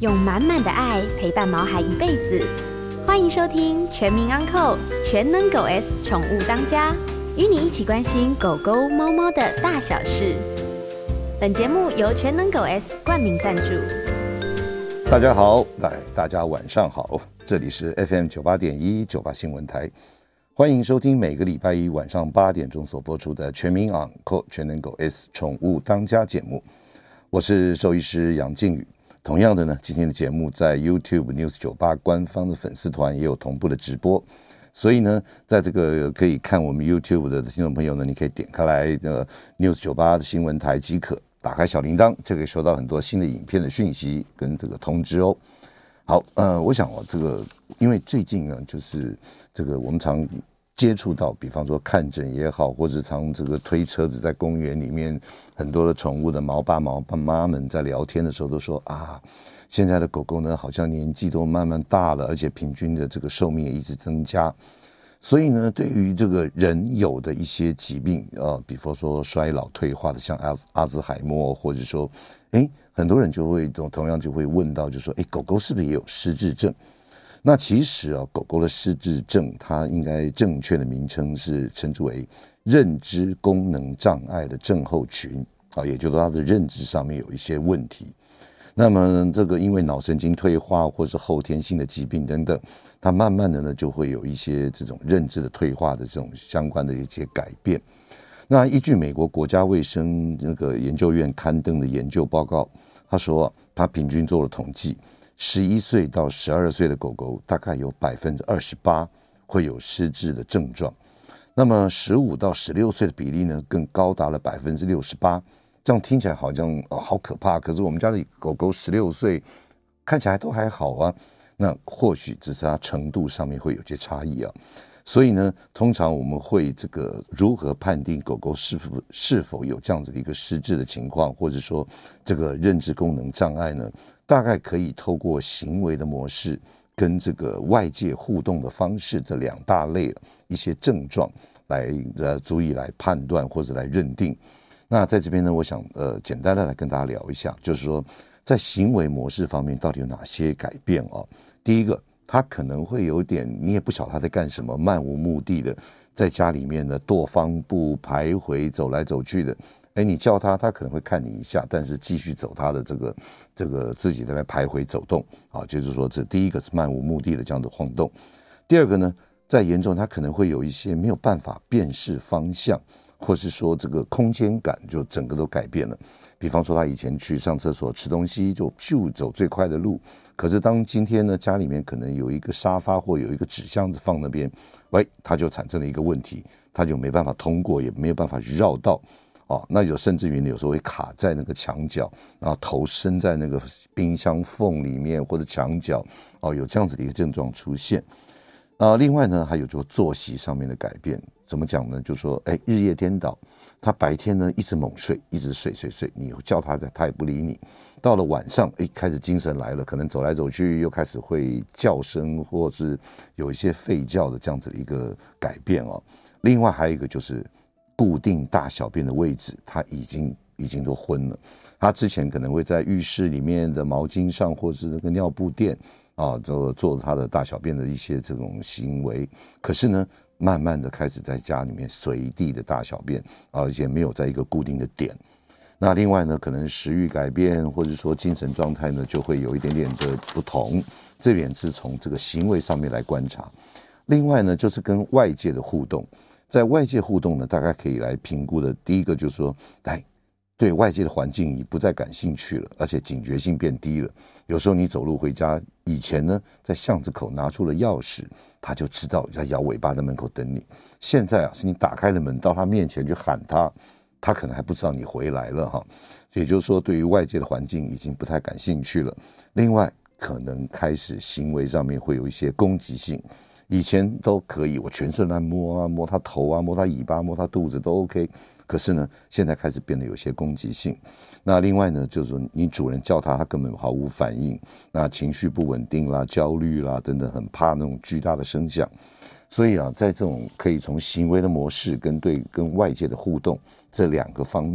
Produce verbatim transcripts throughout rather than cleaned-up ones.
用满满的爱陪伴毛孩一辈子。欢迎收听全民安扣全能狗 S 宠物当家，与你一起关心狗狗猫猫的大小事。本节目由全能狗 S 冠名赞助。 大家好，来，大家晚上好，这里是 F M 九八点一九八新闻台，欢迎收听每个礼拜一晚上八点钟所播出的全民昂扣全能狗 S 宠物当家节目。我是兽医师杨靖宇。同样的呢，今天的节目在 YouTube News 九八官方的粉丝团也有同步的直播，所以呢，在这个可以看我们 YouTube 的听众朋友呢，你可以点开来呃 News 九八的新闻台即可，打开小铃铛就可以收到很多新的影片的讯息跟这个通知哦。好，呃，我想哦，这个因为最近呢，就是这个我们常接触到，比方说看诊也好，或者常这个推车子在公园里面，很多的宠物的毛爸毛妈们在聊天的时候都说啊，现在的狗狗呢好像年纪都慢慢大了，而且平均的这个寿命也一直增加，所以呢，对于这个人有的一些疾病啊，比方说衰老退化的，像阿阿兹海默，或者说，哎，很多人就会同样就会问到，就说，哎，狗狗是不是也有失智症？那其实啊，狗狗的失智症，它应该正确的名称是称之为认知功能障碍的症候群啊，也就是它的认知上面有一些问题。那么这个因为脑神经退化或是后天性的疾病等等，它慢慢的呢就会有一些这种认知的退化的这种相关的一些改变。那依据美国国家卫生那个研究院刊登的研究报告，他说他平均做了统计。十一岁到十二岁的狗狗大概有百分之二十八会有失智的症状，那么十五到十六岁的比例呢更高达了百分之六十八。这样听起来好像、哦、好可怕，可是我们家的狗狗十六岁看起来都还好啊，那或许只是它程度上面会有些差异啊。所以呢，通常我们会这个如何判定狗狗是否是否有这样子的一个失智的情况，或者说这个认知功能障碍呢？大概可以透过行为的模式跟这个外界互动的方式这两大类一些症状来呃足以来判断或者来认定。那在这边呢，我想呃简单的来跟大家聊一下，就是说在行为模式方面到底有哪些改变哦。第一个，他可能会有点你也不晓得他在干什么，漫无目的的在家里面呢踱方步徘徊走来走去的。哎，你叫他，他可能会看你一下，但是继续走他的这个这个自己在那徘徊走动啊，就是说这第一个是漫无目的的这样的晃动。第二个呢，再严重，他可能会有一些没有办法辨识方向，或是说这个空间感就整个都改变了。比方说他以前去上厕所吃东西就咻走最快的路，可是当今天呢家里面可能有一个沙发或有一个纸箱子放那边，喂，他就产生了一个问题，他就没办法通过，也没有办法绕道。哦，那有甚至于有时候会卡在那个墙角，然后头伸在那个冰箱缝里面或者墙角，哦，有这样子的一个症状出现。啊，另外呢，还有就作息上面的改变，怎么讲呢？就是说，哎，日夜颠倒，他白天呢一直猛睡，一直睡睡睡，你叫他的他也不理你。到了晚上，哎，开始精神来了，可能走来走去，又开始会叫声，或是有一些吠叫的这样子的一个改变哦。另外还有一个就是。固定大小便的位置，他已经已经都昏了。他之前可能会在浴室里面的毛巾上，或是那个尿布垫啊，做做他的大小便的一些这种行为。可是呢，慢慢的开始在家里面随地的大小便，而且没有在一个固定的点。那另外呢，可能食欲改变，或者说精神状态呢，就会有一点点的不同。这点是从这个行为上面来观察。另外呢，就是跟外界的互动。在外界互动呢，大概可以来评估的。第一个就是说，来对外界的环境你不再感兴趣了，而且警觉性变低了。有时候你走路回家，以前呢在巷子口拿出了钥匙，他就知道要摇尾巴在门口等你。现在啊，是你打开了门到他面前去喊他，他可能还不知道你回来了哈。也就是说，对于外界的环境已经不太感兴趣了。另外，可能开始行为上面会有一些攻击性。以前都可以，我全身来摸啊，摸他头啊，摸他尾巴，摸他肚子都 OK。可是呢，现在开始变得有些攻击性。那另外呢，就是说你主人叫他，他根本毫无反应，那情绪不稳定啦、焦虑啦等等，很怕那种巨大的声响。所以啊，在这种可以从行为的模式跟对跟外界的互动这两个方面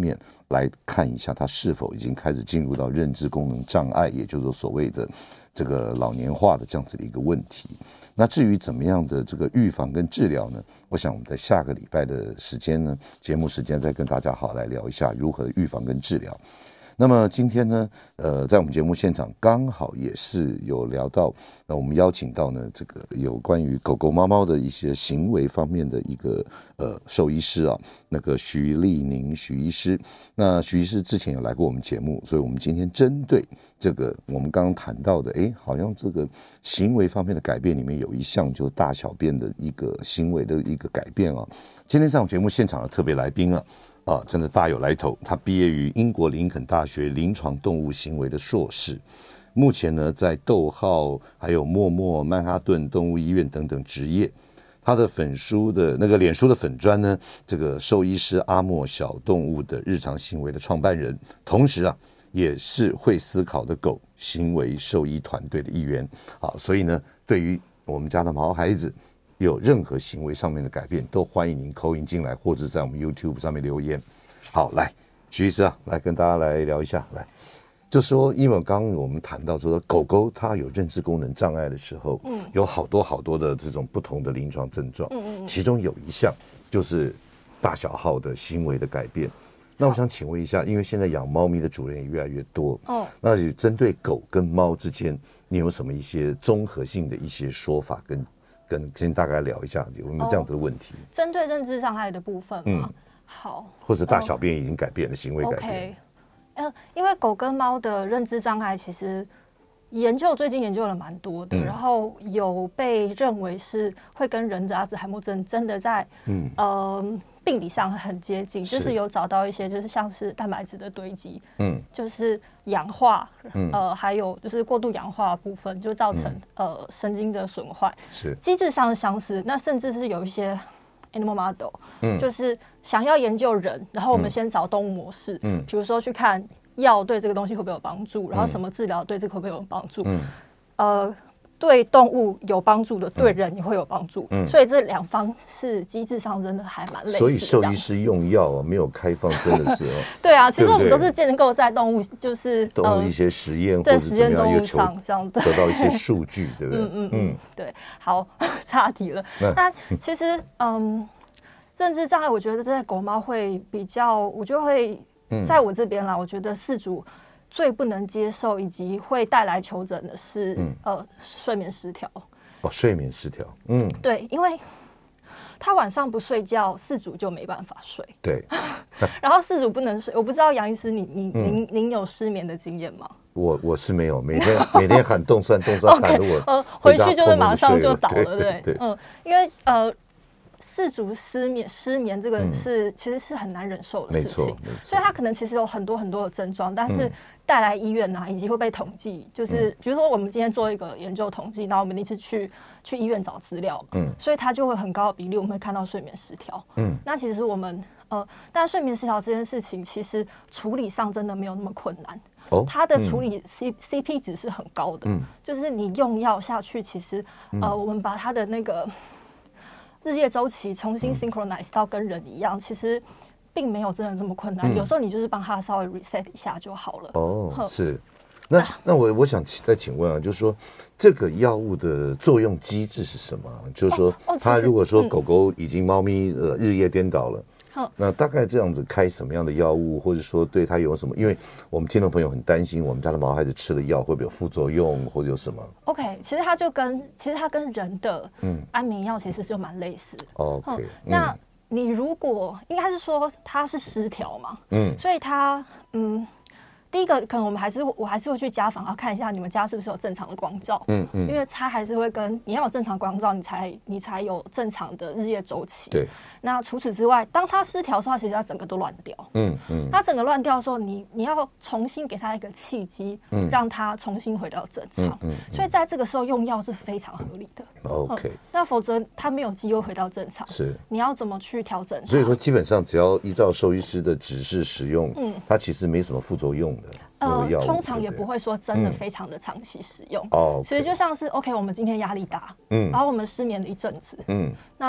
来看一下它是否已经开始进入到认知功能障碍，也就是说所谓的这个老年化的这样子的一个问题。那至于怎么样的这个预防跟治疗呢？我想我们在下个礼拜的时间呢，节目时间再跟大家好来聊一下如何预防跟治疗。那么今天呢，呃，在我们节目现场刚好也是有聊到，那我们邀请到呢这个有关于狗狗猫猫的一些行为方面的一个呃兽医师啊，那个徐立宁徐医师。那徐医师之前有来过我们节目，所以我们今天针对这个我们刚刚谈到的，哎，好像这个行为方面的改变里面有一项就是大小便的一个行为的一个改变啊。今天上节目现场的特别来宾啊。啊，真的大有来头！他毕业于英国林肯大学临床动物行为的硕士，目前呢在逗号、还有默默、曼哈顿动物医院等等执业。他的粉书的那个脸书的粉专呢，这个兽医师阿莫小动物的日常行为的创办人，同时啊也是会思考的狗行为兽医团队的一员。好，所以呢，对于我们家的毛孩子有任何行为上面的改变，都欢迎您call in进来，或者在我们 YouTube 上面留言。好，来，徐医师啊，来跟大家来聊一下。来，就说因为刚刚我们谈到说，狗狗它有认知功能障碍的时候，嗯，有好多好多的这种不同的临床症状，嗯嗯，其中有一项就是大小号的行为的改变。那我想请问一下，因为现在养猫咪的主人也越来越多，哦，那针对狗跟猫之间，你有什么一些综合性的一些说法跟？跟先大概聊一下有没有这样子的问题？针、 哦、对认知障碍的部分嘛，嗯，好， 或者大小便已经改变了，呃、行为改变。 OK， 呃，因为狗跟猫的认知障碍其实研究最近研究了蛮多的，嗯、然后有被认为是会跟人的阿兹海默症真的在嗯呃病理上很接近，是就是有找到一些就是像是蛋白质的堆积，嗯，就是氧化，嗯，呃，还有就是过度氧化的部分，就造成、嗯、呃神经的损坏， 是机制上相似，那甚至是有一些 animal model，嗯，就是想要研究人，然后我们先找动物模式，嗯，比如说去看药对这个东西会不会有帮助，然后什么治疗对这个会不会有帮助，嗯，呃。对动物有帮助的，对人也会有帮助，嗯，所以这两方是机制上真的还蛮类似的。 所以兽医师用药啊，没有开放，真的是哦。 对啊，其实我们都是建构在动物，就是动物一些实验或者实验动物上这样得到一些数据，对不对？ 嗯嗯嗯，对。好，岔题了。那其实，嗯，认知障碍，我觉得在狗猫会比较，我就会在我这边啦，我觉得饲主最不能接受以及会带来求诊的是、嗯、呃睡眠失调。 哦，睡眠失调，嗯， 对，因为他晚上不睡觉，饲主就没办法睡。 对， 然后饲主不能睡，我不知道杨医师你你、嗯、您您有失眠的经验吗？ 我我是没有，每天每天喊动算动算喊的我， 呃，回去就是马上就倒了，对对, 对， 嗯，因为呃。饲主失眠，失眠这个是、嗯、其实是很难忍受的事情，所以他可能其实有很多很多的症状，但是带来医院啊，以及会被统计，就是、嗯、比如说我们今天做一个研究统计，然后我们一次去去医院找资料嘛，嗯，所以他就会很高的比例我们会看到睡眠失调，嗯，那其实我们呃，但睡眠失调这件事情，其实处理上真的没有那么困难。哦，它的处理 C、嗯、C P 值是很高的，嗯，就是你用药下去，其实呃，我们把它的那个日夜周期重新 synchronize 到跟人一样，嗯、其实并没有真的这么困难。嗯、有时候你就是帮他稍微 reset 一下就好了。 哦，是。那那我我想再请问啊，就是说这个药物的作用机制是什么？就是说，哦哦、他如果说狗狗已经猫咪呃日夜颠倒了。嗯、那大概这样子开什么样的药物，或者说对它有什么？因为我们听众朋友很担心，我们家的毛孩子吃了药会不会有副作用，或者有什么 ？OK， 其实它就跟其实它跟人的安眠药其实就蛮类似的。 OK，、嗯、 那你如果应该是说它是失调嘛，嗯，所以它嗯。第一个可能我们还是我还是会去家访，要看一下你们家是不是有正常的光照，嗯嗯，因为它还是会跟你要有正常光照，你才你才有正常的日夜周期。 对。 那除此之外，当它失调的时候，其实它整个都乱掉，嗯嗯，它整个乱掉的时候，你你要重新给它一个契机，嗯，让它重新回到正常，嗯 嗯, 嗯，所以在这个时候用药是非常合理的。 OK，、嗯、 那否则它没有机会回到正常， 是你要怎么去调整？ 所以说，基本上只要依照兽医师的指示使用，嗯，它其实没什么副作用的。 呃，通常也不会说真的非常的长期使用。 哦、嗯， 其实就像是 OK， 我们今天压力大，嗯，然后我们失眠了一阵子，嗯，那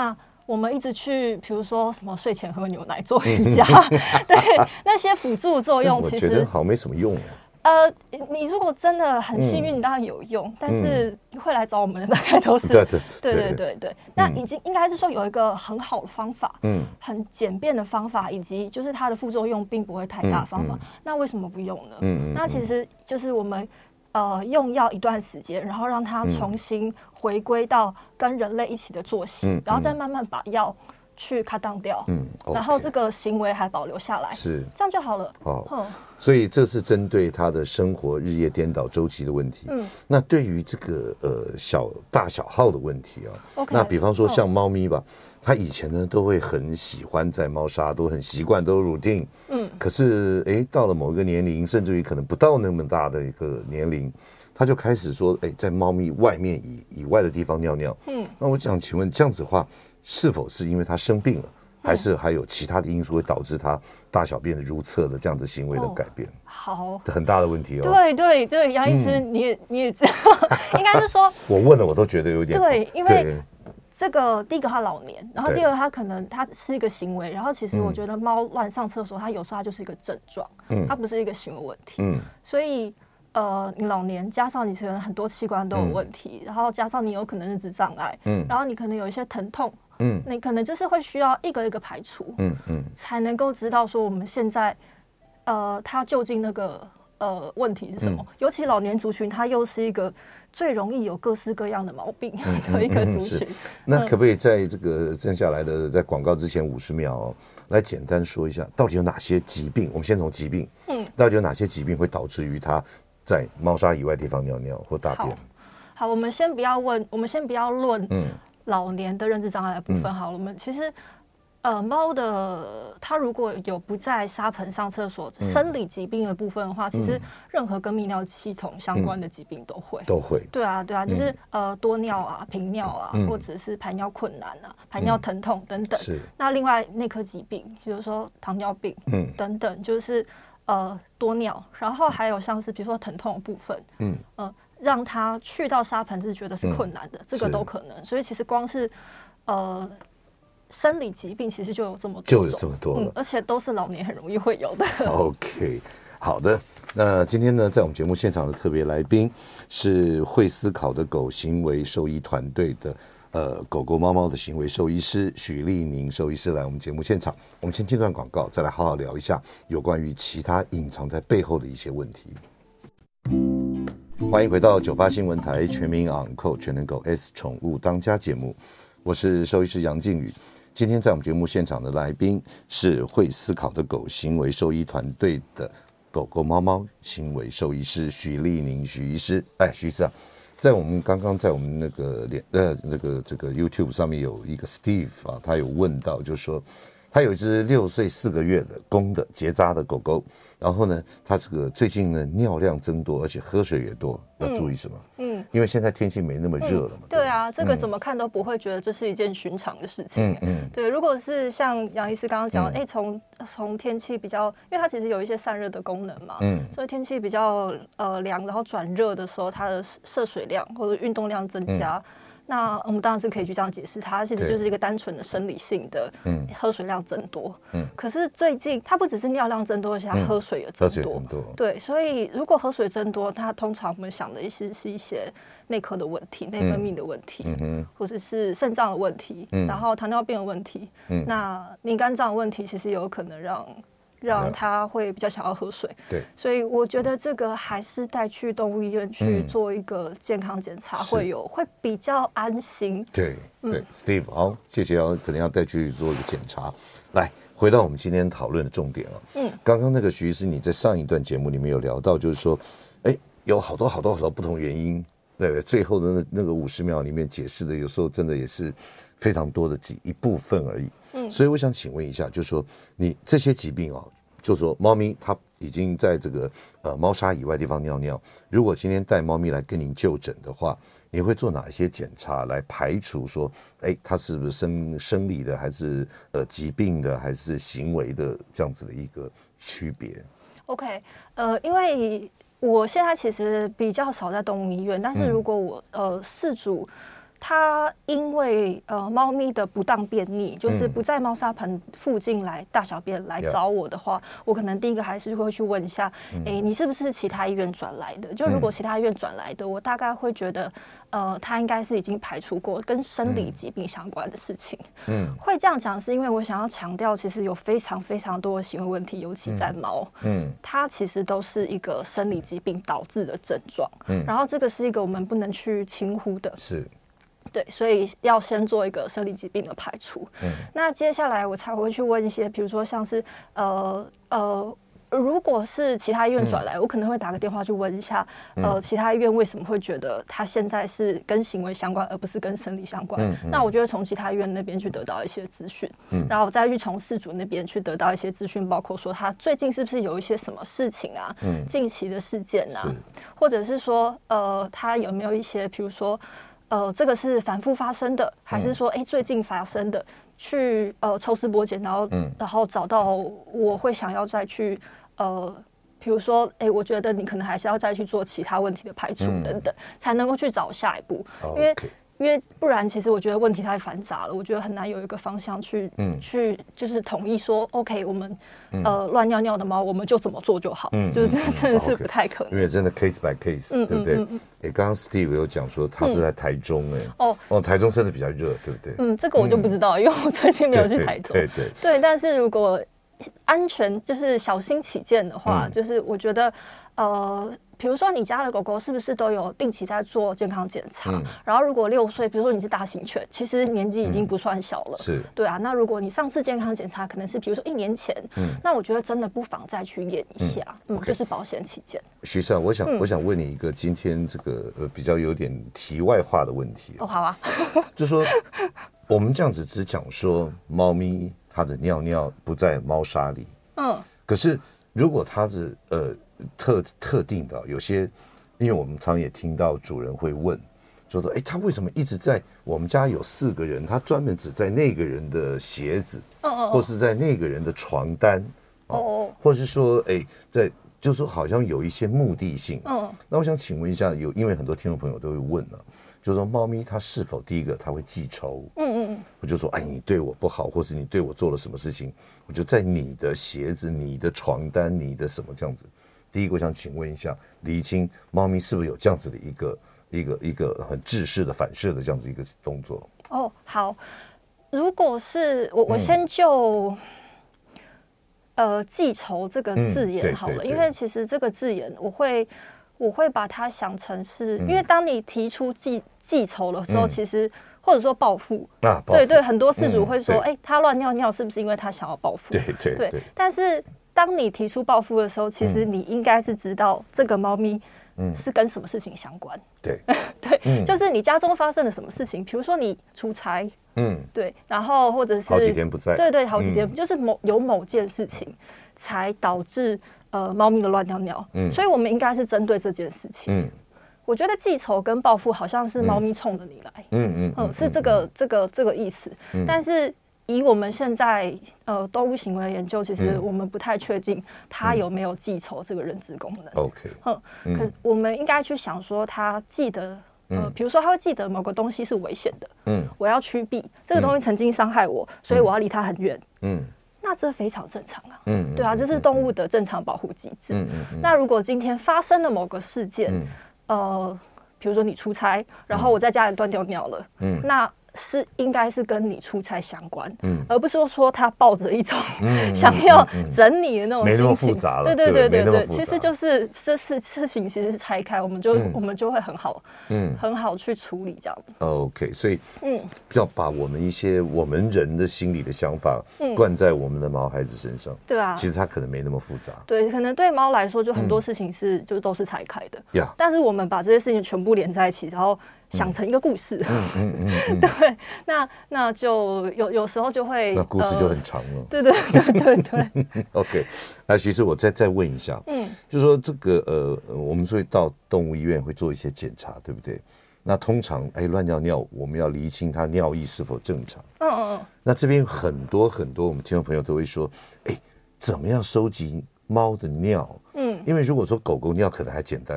我们一直去，比如说什么睡前喝牛奶、做瑜伽，对那些辅助作用，其实我觉得好没什么用啊。 呃，你如果真的很幸运，当然有用，嗯、但是会来找我们的大概都是对对对对对对。那已经应该是说有一个很好的方法，嗯，很简便的方法，以及就是它的副作用并不会太大的方法。嗯嗯、那为什么不用呢？嗯嗯、那其实就是我们呃用药一段时间，然后让它重新回归到跟人类一起的作息，嗯、然后再慢慢把药去cut down掉，嗯， okay, 然后这个行为还保留下来， 是这样就好了。 哦，嗯、所以这是针对他的生活日夜颠倒周期的问题。嗯，那对于这个呃小大小号的问题啊， okay, 那比方说像猫咪吧，它、嗯、以前呢都会很喜欢在猫砂，都很习惯，都 routine。嗯，可是哎到了某一个年龄，甚至于可能不到那么大的一个年龄，他就开始说，哎，在猫咪外面以以外的地方尿尿。嗯，那我想请问，这样子的话，是否是因为他生病了，还是还有其他的因素会导致他大小便的如厕的这样子行为的改变？哦、 好， 这很大的问题哦。 对对对，杨医师，嗯、你也你也知道，应该是说， 我问了，我都觉得有点对，因为这个第一个他老年，然后第二个他可能他是一个行为，然后其实我觉得猫乱上厕所，它有时候它就是一个症状，嗯，它不是一个行为问题，嗯，所以。呃，你老年加上你可能很多器官都有问题，嗯、然后加上你有可能认知障碍，嗯，然后你可能有一些疼痛，嗯，你可能就是会需要一个一个排除，嗯嗯，才能够知道说我们现在，呃，它究竟那个呃问题是什么？嗯、尤其老年族群，它又是一个最容易有各式各样的毛病的一个族群。嗯嗯、 那可不可以在这个剩下来的在广告之前五十秒、哦、来简单说一下，到底有哪些疾病？我们先从疾病，嗯，到底有哪些疾病会导致于它？在猫砂以外地方尿尿或大便。好， 好，我们先不要问，我们先不要论老年的认知障碍的部分。好了，嗯、我们其实呃猫的它如果有不在沙盆上厕所、嗯、生理疾病的部分的话，其实任何跟泌尿系统相关的疾病都会、嗯、 都会。 对啊，对啊，就是、嗯、呃多尿啊、频尿啊，嗯、或者是排尿困难啊、排尿疼痛等等。是。那另外内科疾病，比如说糖尿病，嗯，等等，就是。呃，多尿，然后还有像是比如说疼痛的部分，嗯，呃，让他去到沙盆是觉得是困难的，嗯、这个都可能。所以其实光是呃生理疾病，其实就有这么多就有这么多了、嗯， 而且都是老年很容易会有的。 OK， 好的。那今天呢，在我们节目现场的特别来宾是会思考的狗行为兽医团队的。呃，狗狗、猫猫的行为兽医师许立宁兽医师来我们节目现场，我们先进段广告，再来好好聊一下有关于其他隐藏在背后的一些问题。欢迎回到九八新闻台全民昂扣全能狗 S 宠物当家节目，我是兽医师杨靖宇。今天在我们节目现场的来宾是会思考的狗行为兽医团队的狗狗、猫猫行为兽医师许立宁许医师。哎，许医师啊。在我们刚刚在我们那个脸呃那个这个 YouTube 上面有一个 Steve 啊，他有问到，就是说他有一只六岁四个月的公的结扎的狗狗，然后呢，他这个最近呢尿量增多，而且喝水也多，要注意什么？嗯，因为现在天气没那么热了嘛。嗯、 对啊，这个怎么看都不会觉得这是一件寻常的事情。嗯嗯，对，如果是像杨医师刚刚讲，哎、嗯，从从天气比较，因为它其实有一些散热的功能嘛，嗯，所以天气比较呃凉，然后转热的时候，它的摄水量或者运动量增加。嗯，那我们当然是可以去这样解释，它其实就是一个单纯的生理性的喝水量增多。嗯，可是最近它不只是尿量增多，而且它喝水也增多。喝水增多。对，所以如果喝水增多，它通常我们想的是是一些内科的问题、内分泌的问题，嗯、或者是肾脏的问题，嗯、然后糖尿病的问题。嗯，那凝肝脏的问题其实有可能让。让他会比较想要喝水，对，所以我觉得这个还是带去动物医院去做一个健康检查，会有会比较安心。 对对、嗯、，Steve， 好，谢谢哦，可能要带去做一个检查。来，回到我们今天讨论的重点了。嗯，刚刚那个徐医师，你在上一段节目里面有聊到，就是说，哎，有好多好多好多不同原因，对，最后的那那个五十秒里面解释的，有时候真的也是非常多的几一部分而已。嗯，所以我想请问一下，就是说你这些疾病哦，就是说猫咪它已经在这个呃猫砂以外地方尿尿，如果今天带猫咪来跟您就诊的话，你会做哪一些检查来排除说，哎，它是不是生生理的，还是呃疾病的，还是行为的这样子的一个区别 ？OK， 呃，因为我现在其实比较少在动物医院，但是如果我、嗯、呃饲主它因为呃猫咪的不当便溺，就是不在猫砂盆附近来大小便来找我的话，嗯、我可能第一个还是会去问一下，哎、嗯，你是不是其他医院转来的？就如果其他医院转来的，我大概会觉得，呃，它应该是已经排除过跟生理疾病相关的事情。嗯，会这样讲是因为我想要强调，其实有非常非常多的行为问题，尤其在猫，嗯，它其实都是一个生理疾病导致的症状。嗯，然后这个是一个我们不能去轻忽的。 是。 对，所以要先做一个生理疾病的排除。嗯，那接下来我才会去问一些，比如说像是呃呃，如果是其他医院转来，嗯、我可能会打个电话去问一下，嗯、呃，其他医院为什么会觉得他现在是跟行为相关，而不是跟生理相关？嗯嗯、那我就会从其他医院那边去得到一些资讯，嗯，然后我再去从饲主那边去得到一些资讯，包括说他最近是不是有一些什么事情啊，嗯，近期的事件啊，或者是说呃，他有没有一些，比如说。呃，这个是反复发生的，还是说，哎、欸，最近发生的？去呃抽丝剥茧，然后、嗯、然后找到我会想要再去呃，比如说，哎、欸，我觉得你可能还是要再去做其他问题的排除等等，嗯、才能够去找下一步，哦、因为。Okay.因为不然，其实我觉得问题太繁杂了，我觉得很难有一个方向去、嗯、去就是统一说 ，OK， 我们、嗯、呃乱尿尿的猫，我们就怎么做就好，嗯、就是这真的是不太可能。 因为真的 case by case，、嗯、对不对？哎、嗯，刚刚 Steve 有讲说他是在台中、欸，哎、嗯，哦哦，台中真的比较热，对不对？嗯， 这个我就不知道，嗯、因为我最近没有去台中。 对 对, 对, 对，但是如果安全就是小心起见的话，嗯、就是我觉得呃。比如说你家的狗狗是不是都有定期在做健康检查？嗯、然后如果六岁，比如说你是大型犬，其实年纪已经不算小了，嗯、是，对啊。那如果你上次健康检查可能是比如说一年前，嗯、那我觉得真的不妨再去验一下，嗯，嗯 okay. 就是保险起见。 徐尚，我想、嗯、我想问你一个今天这个呃比较有点题外话的问题。 哦，好啊， 就说我们这样子只讲说猫咪它的尿尿不在猫砂里，嗯，可是如果它是呃。特特定的有些，因为我们常也听到主人会问，就说：“哎，他为什么一直在我们家有四个人，他专门只在那个人的鞋子，哦哦，或是在那个人的床单，哦哦，或是说，哎，在就是说好像有一些目的性。嗯，那我想请问一下，有因为很多听众朋友都会问了、啊，就是说猫咪它是否第一个它会记仇？嗯嗯嗯，我就说，哎，你对我不好，或是你对我做了什么事情，我就在你的鞋子、你的床单、你的什么这样子。”第一个，我想请问一下，厘清猫咪是不是有这样子的一个一个一个很制式的反射的这样子一个动作？ 哦，好，如果是我，我先就、嗯、呃记仇这个字眼好了，嗯、对对对，因为其实这个字眼，我会我会把它想成是，嗯、因为当你提出记记仇的时候，嗯、其实或者说报复啊，对对，很多饲主会说，哎、嗯欸，他乱尿尿是不是因为他想要报复？ 对对 对, 对，但是。当你提出报复的时候，其实你应该是知道这个猫咪是跟什么事情相关。 对对，嗯、就是你家中发生了什么事情，比如说你出差，嗯，对，然后或者是好几天不在， 对对，好几天，嗯、就是某有某件事情才导致呃猫咪的乱尿尿，嗯，所以我们应该是针对这件事情。嗯，我觉得记仇跟报复好像是猫咪冲着你来，嗯嗯嗯，是这个这个这个意思，嗯、但是。以我们现在呃动物行为研究，其实我们不太确定它有没有记仇这个认知功能。 OK， 嗯，可是我们应该去想说，它记得呃，比如说它会记得某个东西是危险的，嗯，我要驱避这个东西曾经伤害我，所以我要离它很远，嗯，那这非常正常啊，嗯，对啊，这是动物的正常保护机制。嗯嗯。那如果今天发生了某个事件，呃，比如说你出差，然后我在家里乱尿尿了，嗯，那。是应该是跟你出差相关，嗯，而不是说他抱着一种、嗯、想要整你的那种心情， 没那么复杂了， 对对对对 对, 对，其实就是这事事情其实是拆开，我们就、嗯、我们就会很好，嗯，很好去处理这样。 OK， 所以嗯，要把我们一些我们人的心理的想法灌在我们的毛孩子身上，对啊，其实它可能没那么复杂， 对，可能对猫来说就很多事情是、嗯、就都是拆开的，呀、yeah ，但是我们把这些事情全部连在一起，然后。想成一个故事，嗯嗯嗯嗯、对，那那就有有时候就会， 那故事就很长了，呃、 对对对对对。 OK， 那其实我再再问一下，嗯，就是说这个呃，我们会到动物医院会做一些检查，对不对？那通常哎乱尿尿，我们要厘清它尿液是否正常。嗯嗯嗯。那这边很多很多我们听众朋友都会说，哎，怎么样收集猫的尿？嗯，因为如果说狗狗尿可能还简单。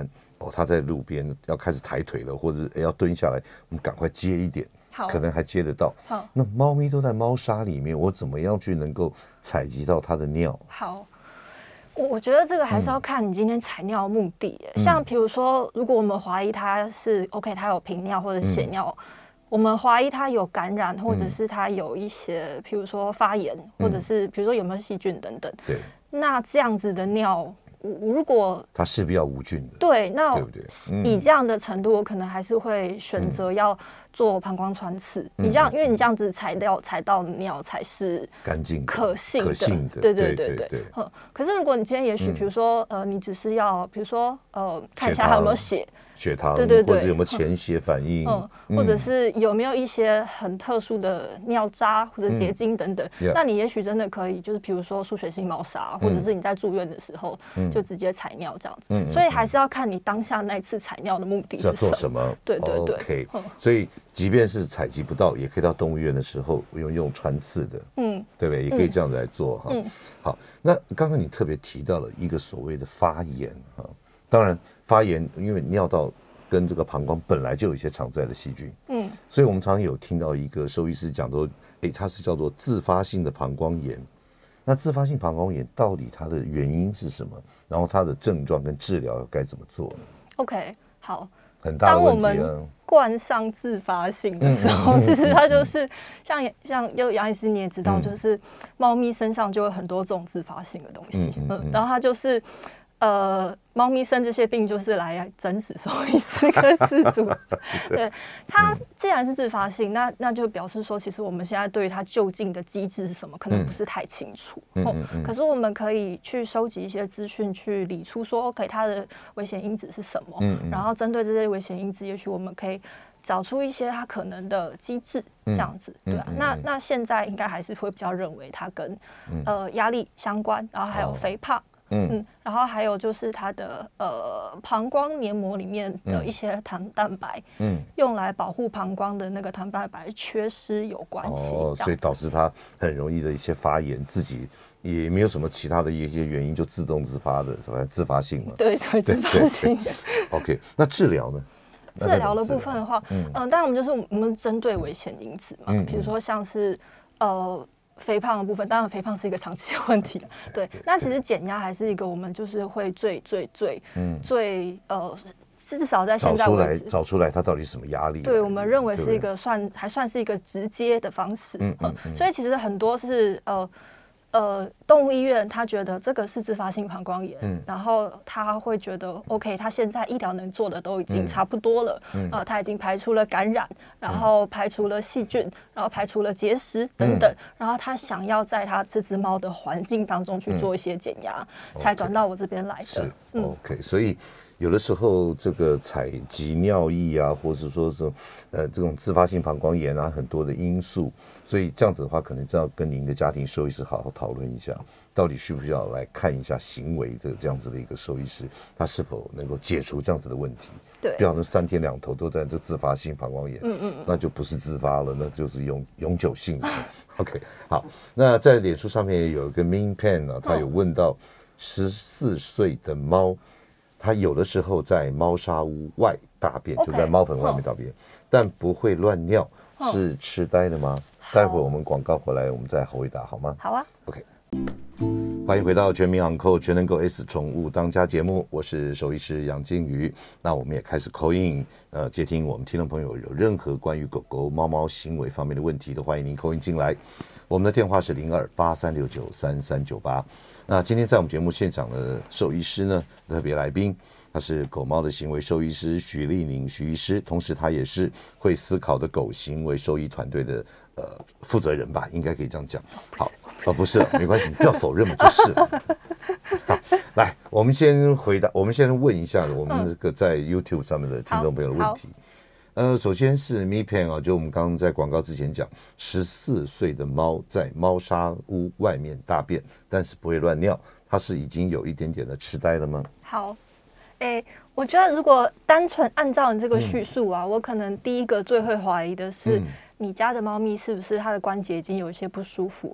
哦，它在路边要开始抬腿了，或者要蹲下来，我们赶快接一点，可能还接得到。 好， 那猫咪都在猫砂里面，我怎么样去能够采集到它的尿？ 好。我觉得这个还是要看你今天采尿的目的、嗯。像比如说，如果我们怀疑它是 OK， 它有频尿或者血尿，嗯、我们怀疑它有感染，或者是它有一些，比如说发炎，嗯、或者是比如说有没有细菌等等。 对。 那这样子的尿，如果它势必要无菌的。 对，那对不对？嗯、 以这样的程度，我可能还是会选择要做膀胱穿刺。嗯、你这样，因为你这样子采掉采到的尿才是干净、 可信的。 可信的。 对对对对对。嗯，可是如果你今天也许，比如说、嗯、呃，你只是要，比如说呃，看一下它有没有血。 血糖， 对对对， 或者有没有潜血反应， 嗯，嗯或者是有没有一些很特殊的尿渣或者结晶等等，嗯、那你也许真的可以，就是比如说输血性猫砂，嗯、或者是你在住院的时候、嗯、就直接采尿这样子，嗯、所以还是要看你当下那一次采尿的目的是什么， 是要做什么， 对对对 ，OK，、嗯、所以即便是采集不到，也可以到动物医院的时候用用穿刺的，嗯，对不对？也可以这样子来做哈、嗯。好，那刚刚你特别提到了一个所谓的发炎哈。当然，发炎因为尿道跟这个膀胱本来就有一些常在的细菌，嗯，所以我们常常有听到一个兽医师讲说，哎，它是叫做自发性的膀胱炎。那自发性膀胱炎到底它的原因是什么？然后它的症状跟治疗该怎么做呢 ？OK， 好， 很大的问题啊。 当我们冠上自发性的时候，其实它就是像像就杨医师你也知道，就是猫咪身上就有很多这种自发性的东西，嗯，嗯嗯然后它就是。呃，猫咪生这些病就是来整死兽医师跟饲主。对，它既然是自发性，那那就表示说，其实我们现在对于它究竟的机制是什么，可能不是太清楚。嗯嗯嗯、可是我们可以去收集一些资讯，去理出说 ，OK， 它的危险因子是什么？嗯嗯、然后针对这些危险因子，也许我们可以找出一些它可能的机制，这样子，嗯、对啊。嗯嗯、那那现在应该还是会比较认为它跟、嗯、呃压力相关，然后还有肥胖。嗯, 嗯，然后还有就是它的呃膀胱黏膜里面的一些糖蛋白，嗯，用来保护膀胱的那个糖蛋白缺失有关系， 哦，所以导致它很容易的一些发炎，自己也没有什么其他的一些原因，就自动自发的，自发性嘛， 对对，自发性。 OK， 那治疗呢？ 治疗的部分的话，嗯，呃、当然我们就是我们针对危险因子嘛，嗯，比如说像是呃。肥胖的部分，当然肥胖是一个长期的问题了。对，那其实减压还是一个我们就是会最最最、嗯、最呃，至少在现在为止找出来找出来它到底是什么压力。 对，我们认为是一个算还算是一个直接的方式。嗯嗯嗯、所以其实很多是呃。呃，动物医院他觉得这个是自发性膀胱炎，嗯、然后他会觉得 OK， 他现在医疗能做的都已经差不多了，嗯、呃，他已经排除了感染，然后排除了细菌，然后排除了结石等等，嗯、然后他想要在他这只猫的环境当中去做一些减压，嗯、才转到我这边来的。 是、嗯、OK， 所以有的时候这个采集尿液啊，或是说这呃这种自发性膀胱炎啊，很多的因素。所以这样子的话，可能真要跟您的家庭兽医师好好讨论一下，到底需不需要来看一下行为的这样子的一个兽医师，他是否能够解除这样子的问题。 对， 不要那三天两头都在这自发性膀胱炎，嗯嗯，那就不是自发了，那就是永永久性的。OK， 好，那在脸书上面也有一个 Min Pen 啊，他有问到十四岁的猫，它有的时候在猫砂屋外大便， okay, 就在猫盆外面大便，但不会乱尿，是痴呆的吗？待会我们广告回来，我们再回答好吗？ 好啊。 OK， 欢迎回到全民昂扣全能狗 S 宠物当家节目，我是兽医师杨金鱼。那我们也开始 call in， 呃，接听我们听众朋友有任何关于狗狗、猫猫行为方面的问题，都欢迎您 call in 进来。我们的电话是零二八三六九三三九八。那今天在我们节目现场的兽医师呢，特别来宾。他是狗猫的行为兽医师许立宁许医师，同时他也是会思考的狗行为兽医团队的呃负责人吧，应该可以这样讲。好，哦不是，没关系，你不要否认嘛，就是。好，来，我们先回答，我们先问一下我们这个在 YouTube 上面的听众朋友的问题。呃，首先是 Mi Pen 啊，就我们刚刚在广告之前讲，十四岁的猫在猫砂屋外面大便，但是不会乱尿，它是已经有一点点的痴呆了吗？ 好。欸、我觉得如果单纯按照你这个叙述啊、嗯、我可能第一个最会怀疑的是、嗯、你家的猫咪是不是它的关节已经有一些不舒服了、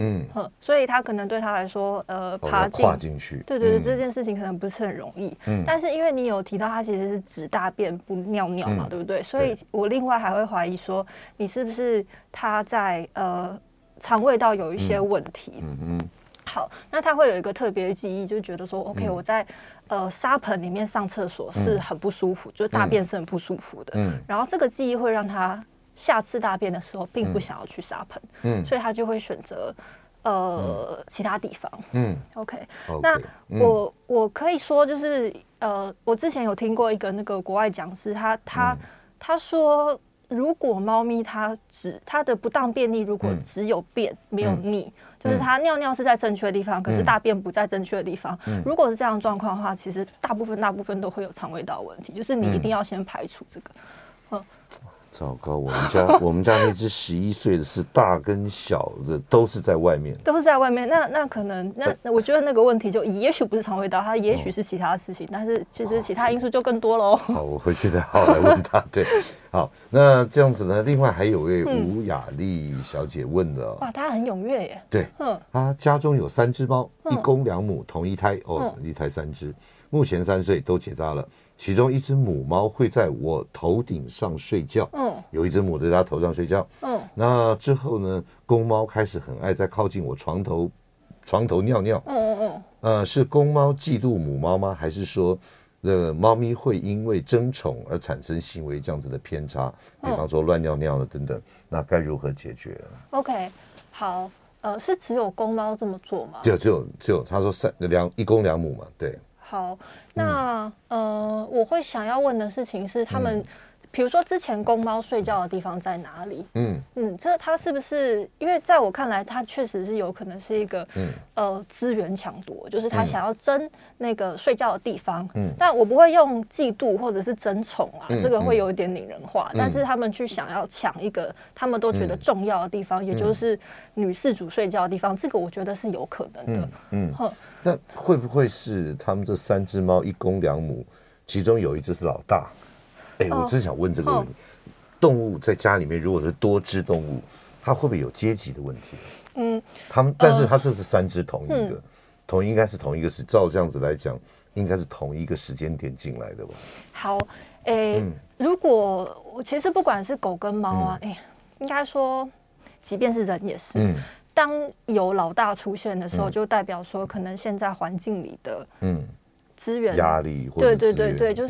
嗯，所以他可能对他来说，呃，爬进、 哦、跨进去， 对对对、嗯，这件事情可能不是很容易。嗯，但是因为你有提到他其实是只大便不尿尿嘛，嗯、对不对？所以我另外还会怀疑说，你是不是他在呃肠胃道有一些问题？嗯嗯。好，那他会有一个特别的记忆，就觉得说 ，OK，、嗯、我在呃沙盆里面上厕所是很不舒服，嗯、就是大便是很不舒服的。嗯，然后这个记忆会让他下次大便的时候并不想要去沙盆，嗯，所以他就会选择呃、嗯、其他地方。嗯 ，OK，, okay 那、嗯、我我可以说就是呃，我之前有听过一个那个国外讲师，他他、嗯、他说。如果猫咪它只它的不当便利，如果只有便、嗯、没有逆、嗯，就是它尿尿是在正确的地方、嗯，可是大便不在正确的地方、嗯。如果是这样的状况的话，其实大部分大部分都会有肠胃道问题，就是你一定要先排除这个。嗯， 糟糕，我们家我们家那只十一岁的是大跟小的都是在外面， 都是在外面。那那可能那那我觉得那个问题就也许不是肠胃道，它也许是其他的事情，哦、但是其实其他因素就更多喽。 好，我回去再好来问他。对。好，那这样子呢？另外还有位吴雅丽小姐问的、哦嗯，哇，她很踊跃耶。 对，嗯，她家中有三只猫，一公两母，同一胎哦，嗯、一胎三只，目前三岁，都结扎了。其中一只母猫会在我头顶上睡觉，嗯，有一只母在她头上睡觉，嗯，那之后呢，公猫开始很爱在靠近我床头床头尿尿，嗯嗯嗯，呃，是公猫嫉妒母猫吗？还是说？这个猫咪会因为争宠而产生行为这样子的偏差，比方说乱尿尿了等等，那该如何解决 ？OK， 好，呃，是只有公猫这么做吗？ 只有只有只有，他说三两一公两母嘛，对。 好，那、嗯、呃，我会想要问的事情是他们。嗯比如说，之前公猫睡觉的地方在哪里？嗯嗯，这它是不是？因为在我看来，它确实是有可能是一个嗯呃资源抢夺，就是他想要争那个睡觉的地方。嗯，但我不会用嫉妒或者是争宠啊，嗯、这个会有一点拟人化。嗯、但是他们去想要抢一个他们都觉得重要的地方，嗯、也就是女饲主睡觉的地方，这个我觉得是有可能的。 嗯，嗯那会不会是他们这三只猫一公两母，其中有一只是老大？哎、欸，我真想问这个问题：哦、动物在家里面，如果是多只动物，它会不会有阶级的问题？嗯，他们，但是它这是三只同一个，嗯、同应该是同一个时，照这样子来讲，应该是同一个时间点进来的吧？ 好，哎、欸嗯，如果我其实不管是狗跟猫啊，哎、嗯欸，应该说，即便是人也是，嗯，当有老大出现的时候，嗯、就代表说，可能现在环境里的嗯资源压力，或者对对对对，就是。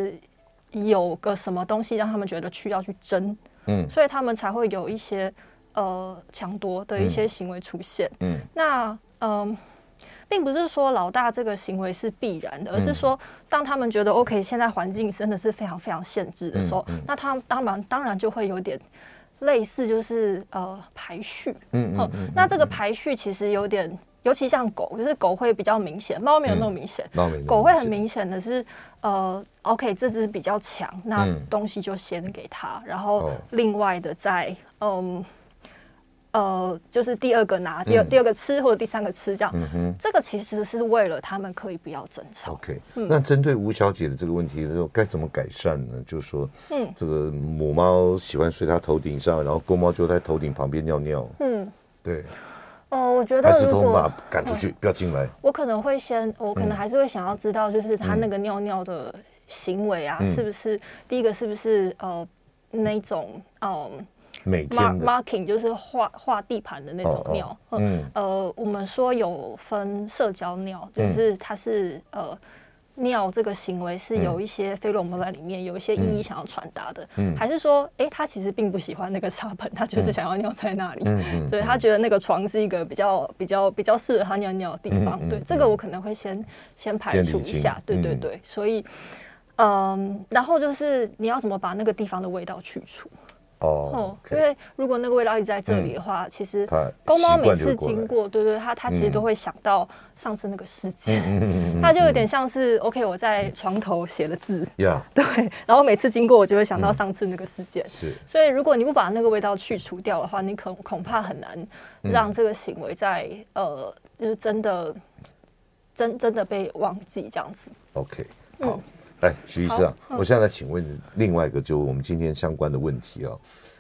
嗯有个什么东西让他们觉得需要去争，嗯，所以他们才会有一些呃抢夺的一些行为出现，嗯，那嗯、呃，并不是说老大这个行为是必然的，而是说当他们觉得 OK， 现在环境真的是非常非常限制的时候，嗯嗯、那他们当然当然就会有点类似就是呃排序，嗯嗯, 嗯，那这个排序其实有点。尤其像狗，就是狗会比较明显，猫没有那么明显。嗯、狗会很明显的是，呃 ，OK， 这只比较强，那东西就先给它，然后另外的再，嗯，呃，就是第二个拿，第二、嗯、第二个吃或者第三个吃这样。嗯哼，这个其实是为了他们可以不要争吵。 OK，、嗯、那针对吴小姐的这个问题的时候，该怎么改善呢？就是说，嗯，这个母猫喜欢睡它头顶上，然后公猫就在头顶旁边尿尿。嗯，对。 哦，我觉得还是都把它赶出去，嗯、不要进来。 我可能会先，我可能还是会想要知道，就是他那个尿尿的行为啊，嗯、是不是第一个是不是呃那种嗯每天的 marking 就是画画地盘的那种尿。哦哦嗯呃，我们说有分社交尿，就是它是、嗯、呃。尿这个行为是有一些费洛蒙在里面，嗯、有一些意义想要传达的，嗯、还是说，哎、欸，他其实并不喜欢那个沙盆，他就是想要尿在那里，嗯、所以他觉得那个床是一个比较比较比较适合他尿尿的地方。嗯、对、嗯，这个我可能会先先排除一下，对对对，嗯、所以，嗯，然后就是你要怎么把那个地方的味道去除。 哦、 oh, okay. 因为如果那个味道一直在这里的话，嗯、其实公猫每次经过，对对，它它其实都会想到上次那个事件，嗯、它就有点像是 OK， 我在床头写了字，嗯、对，然后每次经过我就会想到上次那个事件，是、嗯，所以如果你不把那个味道去除掉的话，你恐恐怕很难让这个行为在、嗯、呃，就是真的真真的被忘记这样子。 OK， 好。嗯来，徐医师啊，我现在来请问另外一个，就我们今天相关的问题啊，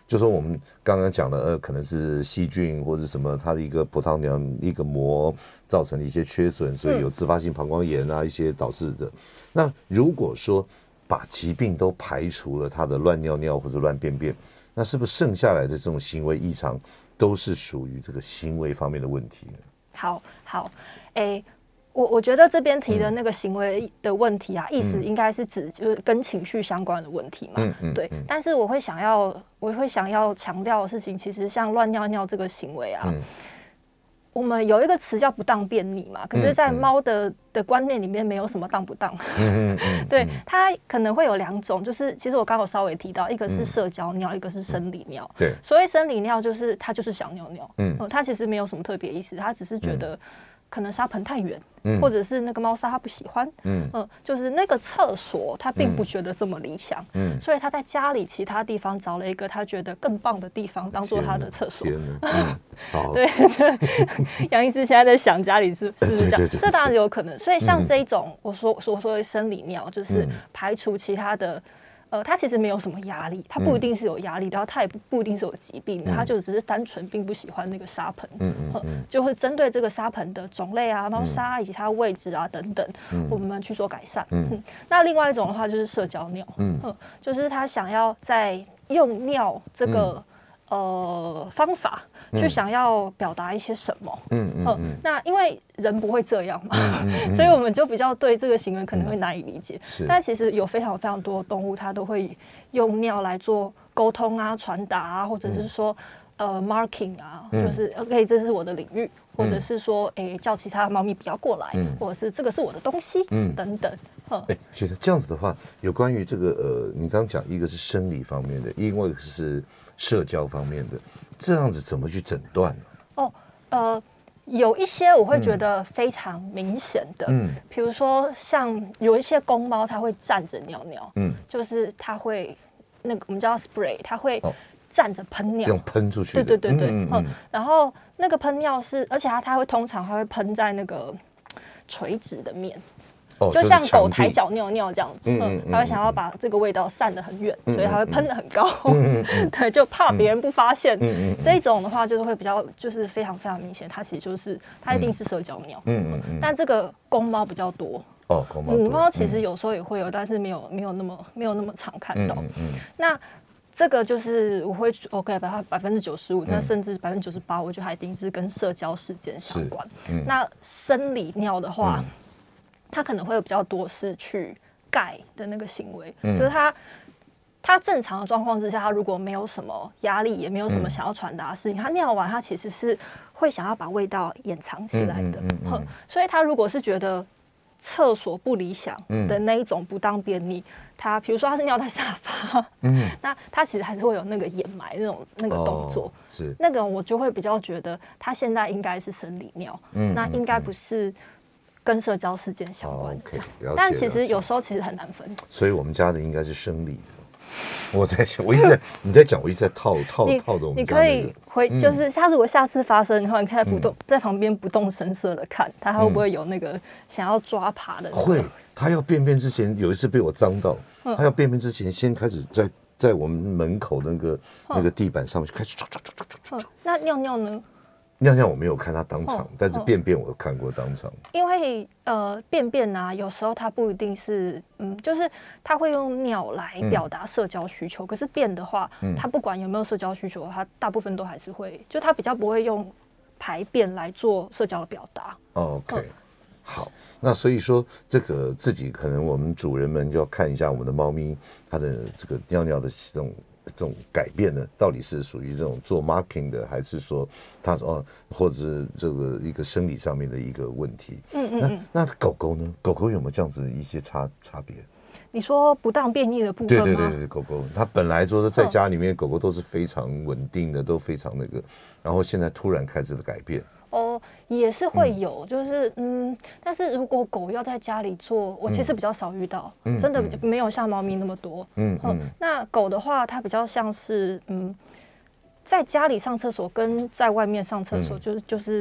就说我们刚刚讲的，呃，可能是细菌或者什么，它的一个葡萄糖一个膜造成了一些缺损，所以有自发性膀胱炎啊，一些导致的。那如果说把疾病都排除了，它的乱尿尿或者乱便便，那是不是剩下来的这种行为异常都是属于这个行为方面的问题呢？ 好好，哎。我我觉得这边提的那个行为的问题啊，嗯、意思应该是指就是跟情绪相关的问题嘛，嗯嗯、对。嗯、但是我会想要，我会想要强调的事情，其实像乱尿尿这个行为啊，嗯、我们有一个词叫不当便溺嘛，可是，在猫的、嗯、的观念里面，没有什么当不当。嗯嗯、对，它可能会有两种，就是其实我刚刚稍微提到，一个是社交尿，嗯、一个是生理尿。对，所谓生理尿就是它就是想尿尿，嗯，它其实没有什么特别意思，它只是觉得。嗯可能沙盆太远，嗯、或者是那个猫砂他不喜欢，嗯、呃，就是那个厕所他并不觉得这么理想，嗯、所以他在家里其他地方找了一个他觉得更棒的地方当做他的厕所。嗯、好，对，杨医师现在在想家里是是不是这样？这当然有可能。所以像这一种，我说所说的生理尿，就是排除其他的。呃，他其实没有什么压力，他不一定是有压力，嗯、然后他也 不, 不一定是有疾病的，嗯、他就只是单纯并不喜欢那个沙盆，嗯嗯嗯、就会针对这个沙盆的种类啊、猫砂以及它的位置啊等等，嗯、我们去做改善。嗯嗯、那另外一种的话就是社交尿，嗯、就是他想要在用尿这个。嗯呃，方法去想要表达一些什么，嗯嗯、呃、那因为人不会这样嘛，嗯嗯嗯、所以我们就比较对这个行为可能会难以理解。嗯、但其实有非常非常多的动物，它都会用尿来做沟通啊、传达啊，或者是说、嗯、呃 marking 啊，嗯、就是 OK， 这是我的领域，或者是说，哎、欸，叫其他猫咪不要过来，嗯、或者是这个是我的东西，嗯、等等。哎、欸， 觉得这样子的话，有关于这个呃，你刚刚讲一个是生理方面的，另外一个是。社交方面的，这样子怎么去诊断呢？ 哦，呃，有一些我会觉得非常明显的，嗯，比如说像有一些公猫，它会站着尿尿，嗯，就是它会那个我们叫 spray， 它会站着喷尿， 用喷出去的， 对对对对，嗯，嗯，然后那个喷尿是，而且它它会通常它会喷在那个垂直的面。 哦、 就像狗抬脚尿尿这样子，嗯嗯嗯、它会想要把这个味道散得很远，嗯、所以它会喷得很高，嗯嗯、对，就怕别人不发现。嗯嗯、这一种的话，就是会比较，就是非常非常明显，它其实就是它一定是社交尿。嗯嗯嗯、但这个公猫比较多，哦，公猫母猫其实有时候也会有，但是没有没有那么没有那么常看到。嗯嗯、那这个就是我会 OK 百百分之九十五，那甚至百分之九十八，我觉得它一定是跟社交事件相关。嗯、那生理尿的话。嗯他可能会有比较多是去盖的那个行为，嗯、就是他他正常的状况之下，他如果没有什么压力，也没有什么想要传达的事情，嗯、他尿完他其实是会想要把味道掩藏起来的，嗯嗯嗯嗯、所以他如果是觉得厕所不理想的那一种不当便溺，他比如说他是尿在沙发，嗯、那他其实还是会有那个掩埋那种那个动作，哦、是那个我就会比较觉得他现在应该是生理尿，嗯、那应该不是。跟社交事件相关， okay, 但其实有时候其实很难分。 所以我们家的应该是生理的。我在想，我一直在你在讲，我一直在套套套的我们家、那个。 你可以回，嗯、就是他如果下次发生的话，你可以不动、嗯、在旁边不动声色的看，他会不会有那个想要抓爬的、那個？ 会，他要便便之前有一次被我脏到，嗯、他要便便之前先开始在在我们门口那个、嗯、那个地板上面开始唰唰唰唰唰唰。 那尿尿呢？ 尿尿我没有看他当场，哦、但是便便我看过当场。 因为呃，便便啊，有时候它不一定是，嗯，就是他会用尿来表达社交需求，嗯、可是便的话，嗯、他不管有没有社交需求，他大部分都还是会，就他比较不会用排便来做社交的表达。 哦、OK，、嗯、好，那所以说这个自己可能我们主人们就要看一下我们的猫咪它的这个尿尿的这种。这种改变呢，到底是属于这种做 marking 的，还是说它哦，或者是这个一个生理上面的一个问题？嗯嗯嗯。那那狗狗呢？狗狗有没有这样子的一些差差别？ 你说不当便溺的部分吗？ 对对对对，狗狗它本来说是在家里面，狗狗都是非常稳定的，都非常那个，然后现在突然开始的改变。 哦，也是会有，嗯、就是嗯，但是如果狗要在家里做，我其实比较少遇到，嗯、真的没有像猫咪那么多。嗯嗯，那狗的话，它比较像是嗯，在家里上厕所跟在外面上厕所，嗯、就是就是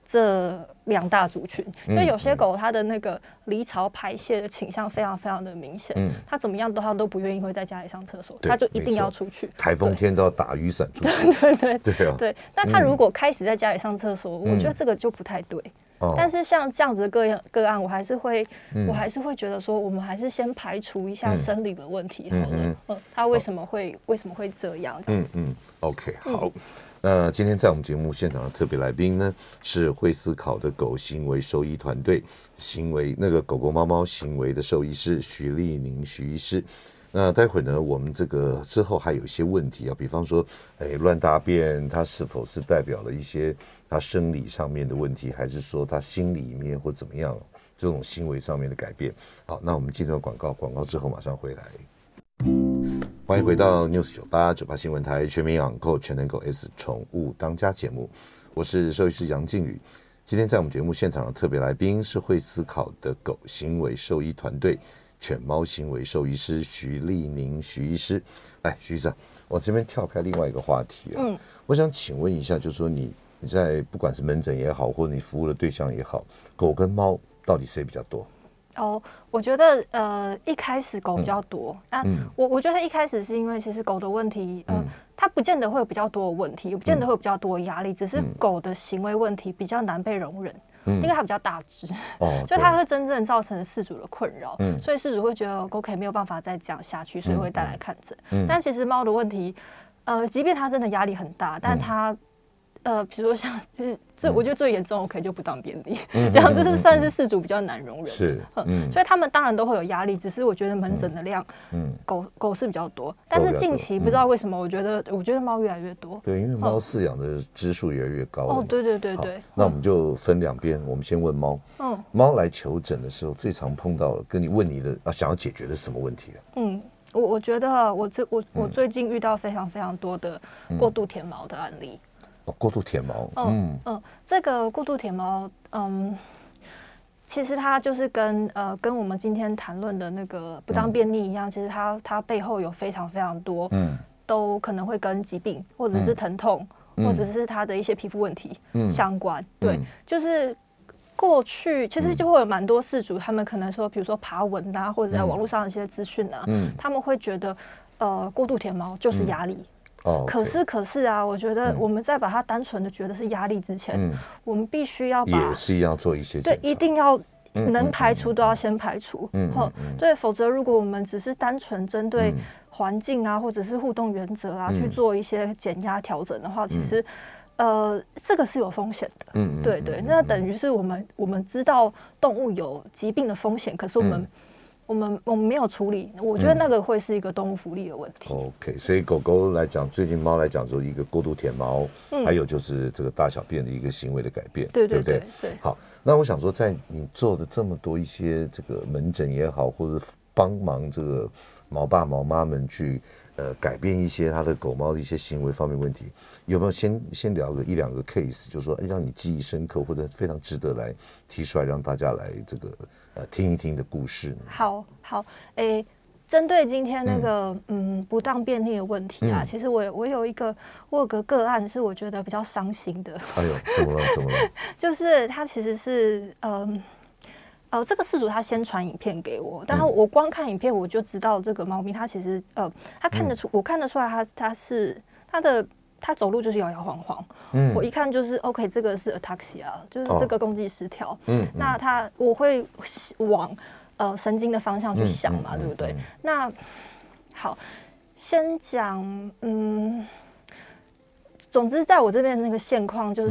这两大族群，因为有些狗它的那个离巢排泄的倾向非常非常的明显，嗯，它怎么样都它都不愿意会在家里上厕所，它就一定要出去， 台风天都要打雨伞出去， 对对对对啊， 对。那它如果开始在家里上厕所，我觉得这个就不太对。但是像这样子的个案个案，我还是会，我还是会觉得说，我们还是先排除一下生理的问题好了。嗯，嗯他为什么会为什么会这样？这样子。嗯嗯 ，OK， 好。那今天在我们节目现场的特别来宾呢，是会思考的狗行为兽医团队行为那个狗狗猫猫行为的兽医师徐立宁徐医师。那待会呢，我们这个之后还有一些问题啊，比方说，哎，乱大便，它是否是代表了一些它生理上面的问题，还是说它心里面或怎么样这种行为上面的改变？好，那我们进入广告，广告之后马上回来。欢迎回到 News 九八九八新闻台全民养狗全能狗 S 宠物当家节目，我是兽医师杨靖宇。今天在我们节目现场的特别来宾是会思考的狗行为兽医团队犬猫行为兽医师徐立宁徐医师。来，徐医生，我这边跳开另外一个话题啊，嗯，我想请问一下，就是说你你在不管是门诊也好，或者你服务的对象也好，狗跟猫到底谁比较多？ 哦，我觉得呃一开始狗比较多，那、嗯啊、我我觉得一开始是因为其实狗的问题，呃、嗯，它不见得会有比较多的问题，也不见得会有比较多的压力，只是狗的行为问题比较难被容忍。嗯，因为它比较大只，哦，就它会真正造成饲主的困扰，嗯，所以饲主会觉得 OK 没有办法再这样下去，所以会带来看诊。嗯，但其实猫的问题，呃，即便它真的压力很大，但它。嗯呃，比如说像就是最、嗯、我觉得最严重 ，OK 就不当便利，嗯、这样这是算是饲主比较难容忍的， 是，嗯， 所以他们当然都会有压力，只是我觉得门诊的量，嗯，狗狗是比较多，但是近期不知道为什么，我觉得、嗯、我觉得猫越来越多， 对，因为猫饲养的只数越来越高了， 哦，对对对对， 那我们就分两边，我们先问猫，嗯，猫来求诊的时候最常碰到跟你问你的啊想要解决的是什么问题？ 嗯。我我觉得我这我我最近遇到非常非常多的过度舔毛的案例。 哦，过度舔毛， 嗯嗯，这个过度舔毛，嗯，其实它就是跟呃跟我们今天谈论的那个不当便利一样，嗯、其实它它背后有非常非常多，嗯，都可能会跟疾病或者是疼痛，嗯、或者是它的一些皮肤问题相关。嗯、对，嗯、就是过去其实就会有蛮多饲主，他们可能说，比如说爬文啊，或者在网络上的一些资讯啊，嗯、他们会觉得，呃，过度舔毛就是压力。嗯Oh, okay. 可是，可是啊，我觉得我们在把它单纯的觉得是压力之前，嗯、我们必须要把也是要做一些对，一定要能排除都要先排除，嗯嗯嗯、对，否则如果我们只是单纯针对环境啊，或者是互动原则啊、嗯、去做一些减压调整的话，其实、嗯、呃这个是有风险的，嗯对对，那等于是我们我们知道动物有疾病的风险，可是我们、嗯我们我们没有处理，我觉得那个会是一个动物福利的问题。 嗯、OK， 所以狗狗来讲，最近猫来讲，就一个过度舔毛，嗯、还有就是这个大小便的一个行为的改变， 对对对, 对, 对, 对。 好，那我想说，在你做的这么多一些这个门诊也好，或者帮忙这个毛爸毛妈们去呃改变一些他的狗猫的一些行为方面问题，有没有先先聊个一两个 case， 就是说，哎，让你记忆深刻或者非常值得来提出来让大家来这个。呃，听一听的故事呢？ 好好，诶，针对今天那个 嗯, 嗯不当便利的问题啊，嗯、其实我我有一个我有个个案是我觉得比较伤心的。 哎呦，怎么了？怎么了？ 就是他其实是嗯呃这个饲主他先传影片给我，但是我光看影片我就知道这个猫咪它其实呃他看得出、嗯、我看得出来它它是它的。他走路就是摇摇晃晃，嗯，我一看就是 OK， 这个是 ataxia， 就是这个共济失调，哦，嗯，那他我会往呃神经的方向去想嘛，嗯、对不对？嗯嗯、那好，先讲，嗯，总之在我这边那个现况就是，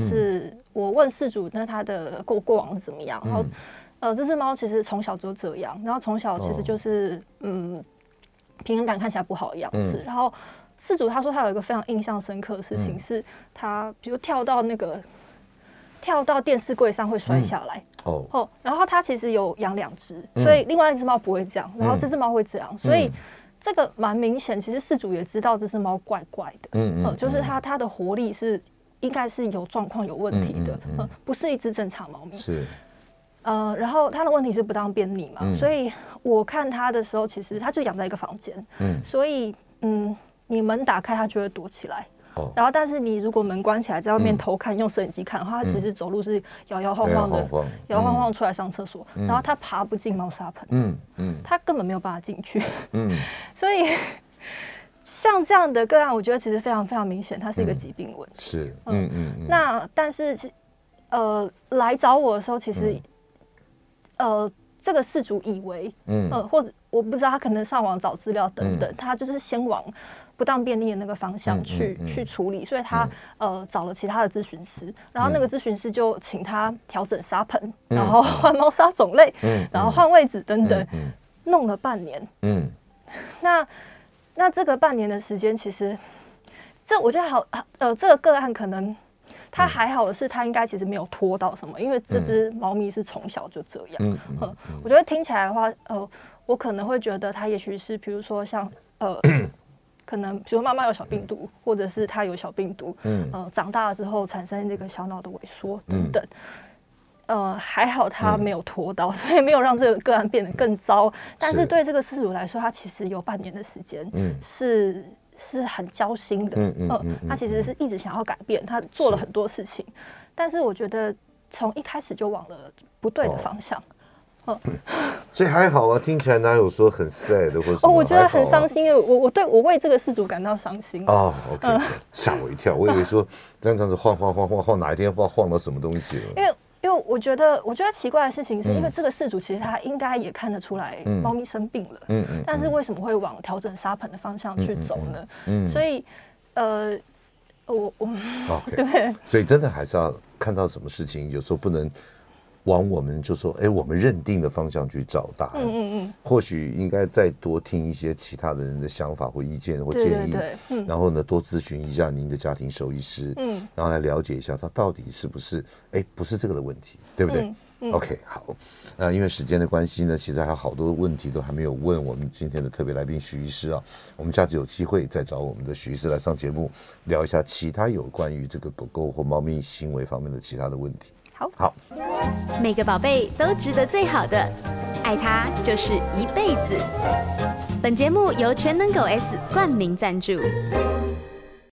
嗯、我问饲主那他的过过往是怎么样，然后，嗯、呃，这只猫其实从小就这样，然后从小其实就是，哦、嗯，平衡感看起来不好的样子，嗯、然后。饲主他说他有一个非常印象深刻的事情，嗯、是他比如跳到那个跳到电视柜上会摔下来，嗯、哦, 哦，然后他其实有养两只，嗯、所以另外一只猫不会这样，然后这只猫会这样，嗯、所以这个蛮明显，其实饲主也知道这只猫怪怪的，嗯嗯、呃，就是它它的活力是应该是有状况有问题的，嗯嗯嗯呃，不是一只正常猫咪， 是， 呃，然后它的问题是不当便利嘛，嗯、所以我看它的时候，其实它就养在一个房间，嗯，所以嗯。你门打开，它就会躲起来。 哦，然后但是你如果门关起来，在外面偷看，嗯、用摄影机看的话，它其实走路是摇摇晃晃的，摇摇晃晃出来上厕所，嗯、然后它爬不进猫砂盆，嗯嗯，它根本没有办法进去，嗯，所以像这样的个案，我觉得其实非常非常明显，它是一个疾病问题， 是，嗯嗯嗯。 那但是呃来找我的时候，其实、嗯、呃。这个事主以为，嗯、呃，或者我不知道他可能上网找资料等等，嗯、他就是先往不当便利的那个方向去、嗯嗯、去处理，所以他、嗯、呃找了其他的咨询师，然后那个咨询师就请他调整沙盆，嗯、然后换猫砂种类，嗯、然后换位置等等，嗯、弄了半年。嗯，那那这个半年的时间，其实这我觉得好，呃，这个个案可能。他还好的是，他应该其实没有拖到什么，因为这只猫咪是从小就这样。嗯嗯嗯嗯、我觉得听起来的话，呃，我可能会觉得他也许是，比如说像呃，可能比如妈妈有小病毒，或者是他有小病毒，嗯，呃，长大了之后产生这个小脑的萎缩等等。嗯、呃，还好他没有拖到，所以没有让这个个案变得更糟。但是对这个事主来说，他其实有半年的时间，嗯，是。是很焦心的，嗯嗯嗯嗯、他其实是一直想要改变，他做了很多事情，但是我觉得从一开始就往了不对的方向，哦嗯、 所以还好啊，听起来哪有说很 sad 的或者什么？ 哦，我覺得很傷心，因為我我對我為這個事主感到傷心。 哦 ，OK， 嚇、嗯、我一跳，我以為說這樣這樣子晃晃晃晃晃，哪一天不知道晃到什麼東西了。 因為因為我覺得，我覺得奇怪的事情是，因為這個事主其實他應該也看得出來，貓咪生病了，嗯嗯，但是為什麼會往調整沙盆的方向去走呢？嗯，所以，呃，我我 ，OK， 對，所以真的還是要看到什麼事情，有時候不能往我們就說，哎，我們認定的方向去找答案，嗯嗯嗯，或許應該再多聽一些其他的人的想法或意見或建議，對對對，嗯，然後呢，多諮詢一下您的家庭獸醫師，嗯，然後來了解一下他到底是不是，哎，不是這個的問題，對不對？嗯嗯、OK， 好，那、呃、因為時間的關係呢，其實還有好多問題都還沒有問我們今天的特別來賓許醫師啊，我們下次有機會再找我們的許醫師來上節目，聊一下其他有關於這個狗狗或貓咪行為方面的其他的問題。 好， 好， 每個寶貝都值得最好的，愛它就是一輩子。本節目由全能狗 S 冠名贊助。